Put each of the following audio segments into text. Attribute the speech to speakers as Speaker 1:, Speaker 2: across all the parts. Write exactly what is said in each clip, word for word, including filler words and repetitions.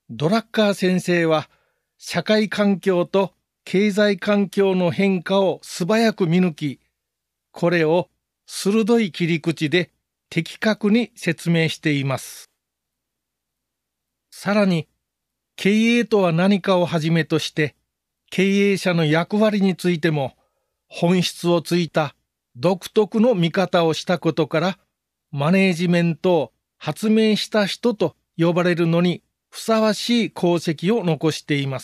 Speaker 1: ドラッカー先生は社会環境と経済環境の変化を素早く見抜き、これを鋭い切り口で的確に説明しています。さらに、経営とは何かをはじめとして、経営者の役割についても本質をついた独特の見方をしたことから、マネージメントを発明した人と呼ばれるのにふさわしい功績を残しています。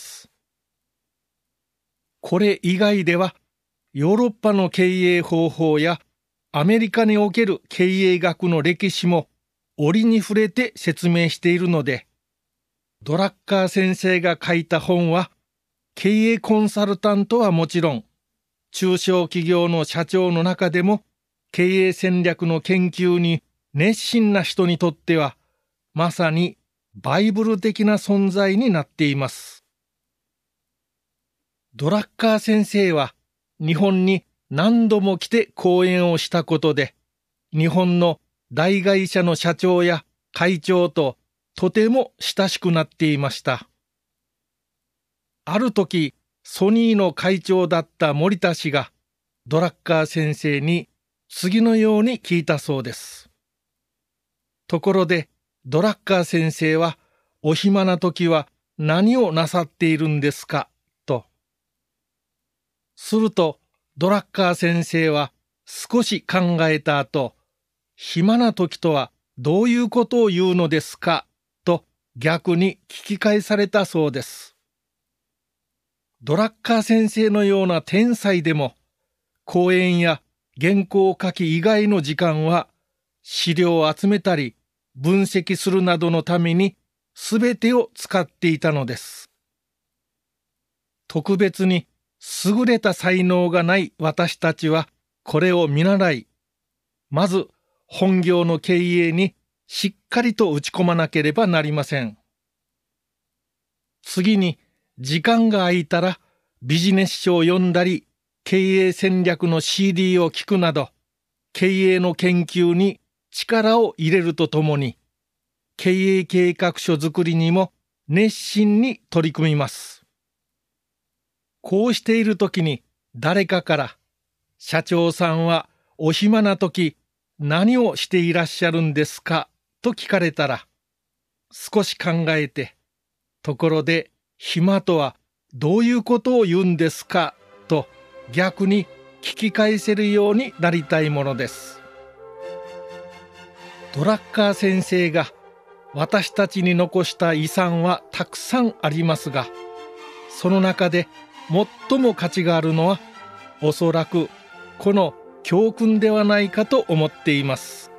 Speaker 1: これ以外では、ヨーロッパの経営方法やアメリカにおける経営学の歴史も折に触れて説明しているので、ドラッカー先生が書いた本は、経営コンサルタントはもちろん、中小企業の社長の中でも経営戦略の研究に熱心な人にとっては、まさにバイブル的な存在になっています。ドラッカー先生は日本に何度も来て講演をしたことで、日本の大会社の社長や会長ととても親しくなっていました。ある時、ソニーの会長だった森田氏がドラッカー先生に次のように聞いたそうです。ところで、ドラッカー先生はお暇な時は何をなさっているんですかと。すると、ドラッカー先生は少し考えた後、暇な時とはどういうことを言うのですかと逆に聞き返されたそうです。ドラッカー先生のような天才でも、講演や原稿書き以外の時間は資料を集めたり分析するなどのために全てを使っていたのです。特別に優れた才能がない私たちはこれを見習い、まず本業の経営にしっかりと打ち込まなければなりません。次に時間が空いたらビジネス書を読んだり、経営戦略の シーディー を聞くなど、経営の研究に力を入れるとともに、経営計画書作りにも熱心に取り組みます。こうしているときに誰かから、社長さんはお暇なとき何をしていらっしゃるんですかと聞かれたら、少し考えて、ところで暇とはどういうことを言うんですかと逆に聞き返せるようになりたいものです。ドラッカー先生が私たちに残した遺産はたくさんありますが、その中で最も価値があるのはおそらくこの教訓ではないかと思っています。